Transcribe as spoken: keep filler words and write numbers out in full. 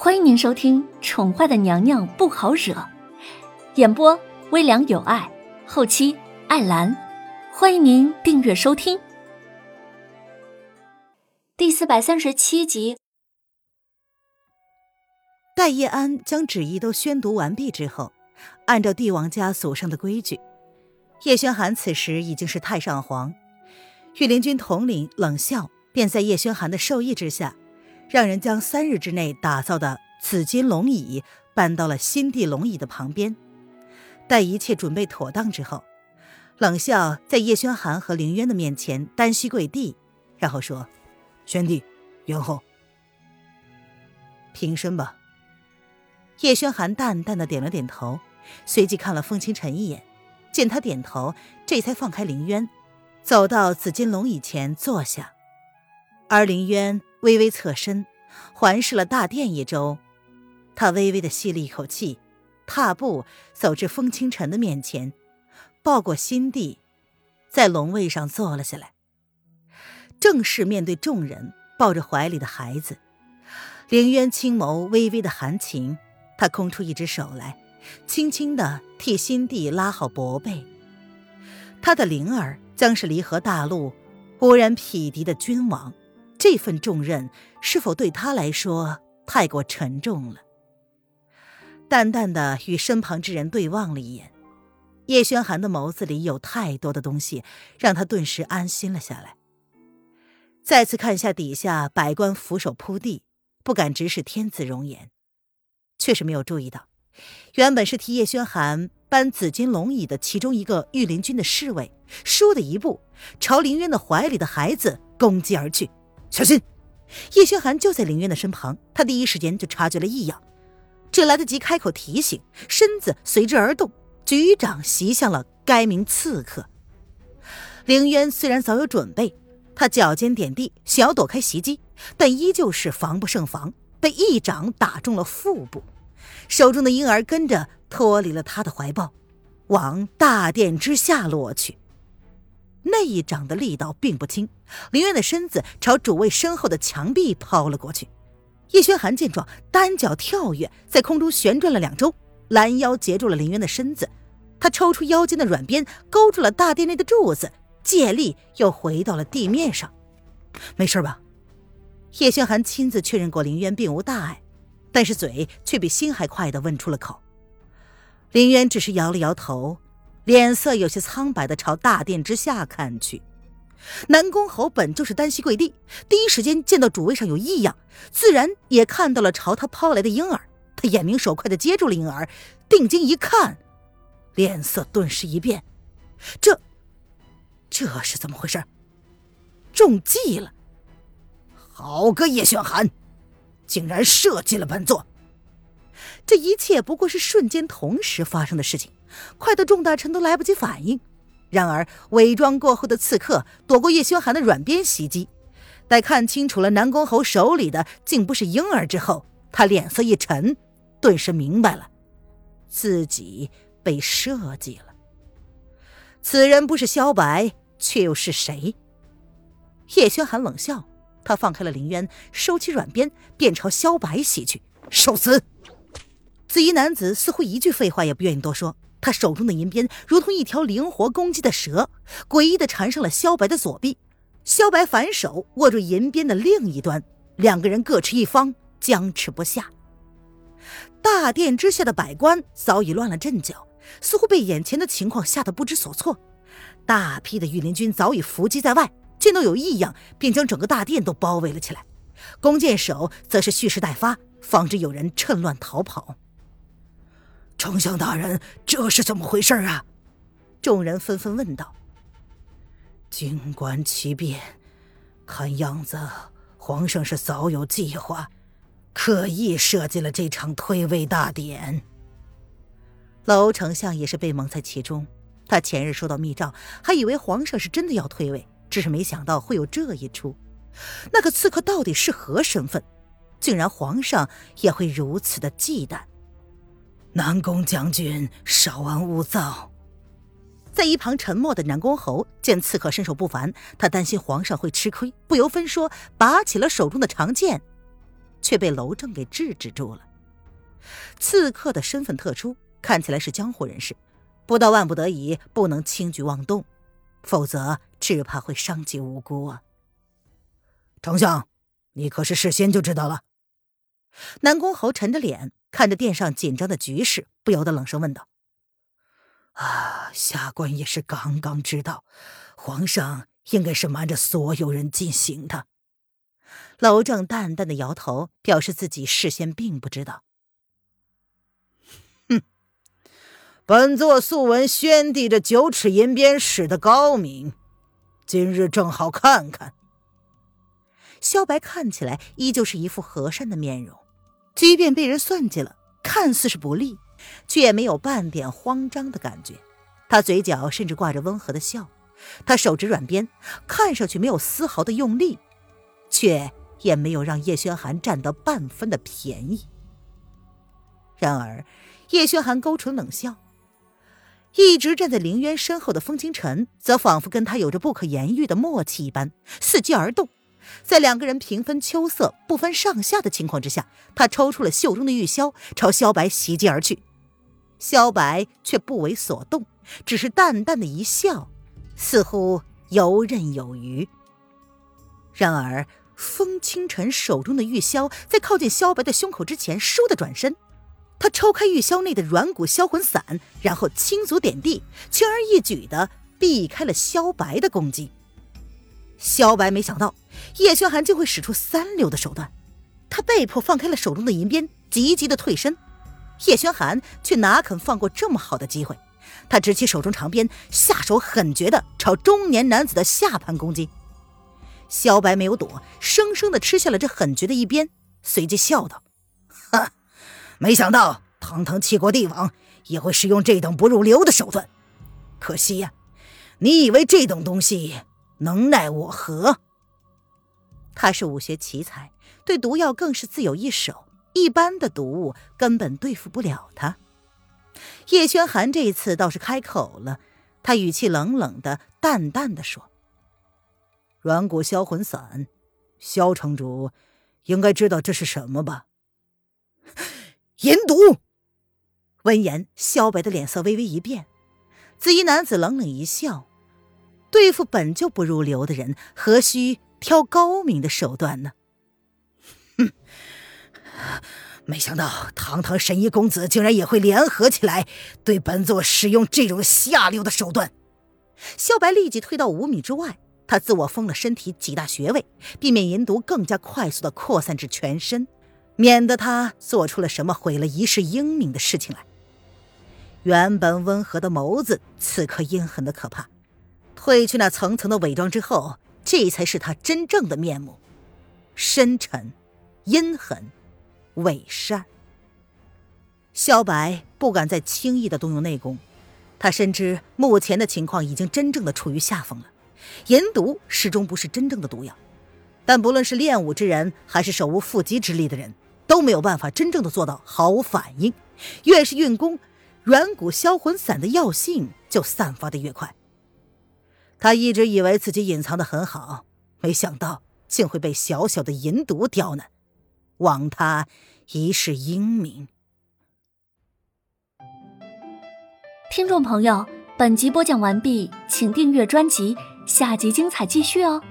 欢迎您收听《宠坏的娘娘不好惹》，演播微凉有爱，后期艾兰。欢迎您订阅收听。第四百三十七集。 戴叶安将旨意都宣读完毕之后，按照帝王家祖上的规矩，叶宣寒此时已经是太上皇，御林军统领冷笑便在叶宣寒的授意之下，让人将三日之内打造的紫金龙椅搬到了新帝龙椅的旁边。待一切准备妥当之后，冷笑在叶宣寒和凌渊的面前单膝跪地，然后说：宣帝元后平身吧。叶宣寒淡淡的点了点头，随即看了风清晨一眼，见他点头，这才放开凌渊，走到紫金龙椅前坐下。而凌渊微微侧身环视了大殿一周，他微微的吸了一口气，踏步走至风清晨的面前，抱过新帝，在龙位上坐了下来，正式面对众人，抱着怀里的孩子。凌渊青眸微微的含情，他空出一只手来，轻轻地替新帝拉好薄被。他的灵儿将是离合大陆忽然匹敌的君王，这份重任是否对他来说太过沉重了？淡淡的与身旁之人对望了一眼，叶宣寒的眸子里有太多的东西，让他顿时安心了下来。再次看下底下百官俯首扑地，不敢直视天子容颜，却是没有注意到，原本是替叶宣寒搬紫金龙椅的其中一个御林军的侍卫，倏的一步朝凌渊的怀里的孩子攻击而去。小心！叶宣寒就在凌渊的身旁，他第一时间就察觉了异样，只来得及开口提醒，身子随之而动，举掌袭向了该名刺客。凌渊虽然早有准备，他脚尖点地，想要躲开袭击，但依旧是防不胜防，被一掌打中了腹部，手中的婴儿跟着脱离了他的怀抱，往大殿之下落去。那一掌的力道并不轻，凌渊的身子朝主位身后的墙壁抛了过去。叶宣寒见状，单脚跳跃，在空中旋转了两周，拦腰截住了凌渊的身子。他抽出腰间的软鞭，勾住了大殿内的柱子，借力又回到了地面上。没事吧？叶宣寒亲自确认过凌渊并无大碍，但是嘴却比心还快地问出了口。凌渊只是摇了摇头，脸色有些苍白地朝大殿之下看去。南宫侯本就是单膝跪地，第一时间见到主位上有异样，自然也看到了朝他抛来的婴儿。他眼明手快地接住了婴儿，定睛一看，脸色顿时一变，这这是怎么回事？中计了！好个叶宣寒，竟然设计了本座！这一切不过是瞬间同时发生的事情，快到众大臣都来不及反应。然而伪装过后的刺客躲过叶宣寒的软鞭袭击，待看清楚了南宫侯手里的竟不是婴儿之后，他脸色一沉，顿时明白了自己被设计了。此人不是萧白，却又是谁？叶宣寒冷笑，他放开了凌渊，收起软鞭，便朝萧白袭去。受死！紫衣男子似乎一句废话也不愿意多说，他手中的银鞭如同一条灵活攻击的蛇，诡异地缠上了萧白的左臂。萧白反手握住银鞭的另一端，两个人各持一方，僵持不下。大殿之下的百官早已乱了阵脚，似乎被眼前的情况吓得不知所措。大批的御林军早已伏击在外，见到有异样，便将整个大殿都包围了起来。弓箭手则是蓄势待发，防止有人趁乱逃跑。丞相大人，这是怎么回事啊？众人纷纷问道。静观其变，看样子皇上是早有计划，刻意设计了这场退位大典。娄丞相也是被蒙在其中，他前日收到密诏，还以为皇上是真的要退位，只是没想到会有这一出。那个刺客到底是何身份？竟然皇上也会如此的忌惮。南宫将军稍安勿躁。在一旁沉默的南宫侯见刺客身手不凡，他担心皇上会吃亏，不由分说拔起了手中的长剑。 却被娄正给制止住了。刺客的身份特殊，看起来是江湖人士，不到万不得已不能轻举妄动，否则只怕会伤及无辜啊。 丞相，你可是事先就知道了？ 南宫侯沉着脸看着殿上紧张的局势，不由得冷声问道。 啊，下官也是刚刚知道，皇上应该是瞒着所有人进行的。 娄正淡淡的摇头，表示自己事先并不知道。 哼，本座素闻宣帝这九尺银鞭使得高明，今日正好看看。 萧白看起来依旧是一副和善的面容，即便被人算计了，看似是不利，却也没有半点慌张的感觉。他嘴角甚至挂着温和的笑，他手指软鞭，看上去没有丝毫的用力，却也没有让叶轩寒占得半分的便宜。然而叶轩寒勾唇冷笑，一直站在凌渊身后的风清晨则仿佛跟他有着不可言喻的默契一般，伺机而动。在两个人平分秋色不分上下的情况之下，他抽出了袖中的玉箫，朝萧白袭击而去。萧白却不为所动，只是淡淡的一笑，似乎游刃有余。然而风清晨手中的玉箫在靠近萧白的胸口之前倏地转身，他抽开玉箫内的软骨销魂伞，然后轻足点地，轻而易举地避开了萧白的攻击。萧白没想到叶轩寒竟会使出三流的手段，他被迫放开了手中的银鞭，急急地退身。叶轩寒却哪肯放过这么好的机会，他执起手中长鞭，下手狠绝地朝中年男子的下盘攻击。萧白没有躲，生生地吃下了这狠绝的一鞭，随即笑道： 哈，没想到堂堂七国帝王也会使用这等不入流的手段，可惜呀、啊，你以为这等东西能奈我何？ 他是武学奇才，对毒药更是自有一手，一般的毒物根本对付不了他。叶轩寒这一次倒是开口了，他语气冷冷的淡淡的说： 软骨销魂伞，萧城主应该知道这是什么吧？ 银毒！闻言，萧白的脸色微微一变，紫衣男子冷冷一笑，对付本就不入流的人，何须挑高明的手段呢？ 哼，没想到堂堂神医公子竟然也会联合起来对本座使用这种下流的手段。 萧白立即退到五米之外，他自我封了身体几大穴位，避免银毒更加快速地扩散至全身，免得他做出了什么毁了一世英名的事情来。原本温和的眸子此刻阴狠的可怕，褪去那层层的伪装之后，这才是他真正的面目，深沉、阴狠、伪善。萧白不敢再轻易地动用内功，他深知目前的情况已经真正的处于下风了。银毒始终不是真正的毒药，但不论是练武之人还是手无缚鸡之力的人，都没有办法真正的做到毫无反应。越是运功，软骨销魂伞的药性就散发得越快。他一直以为自己隐藏得很好，没想到竟会被小小的银毒刁难，枉他一世英名。 听众朋友，本集播讲完毕，请订阅专辑，下集精彩继续哦。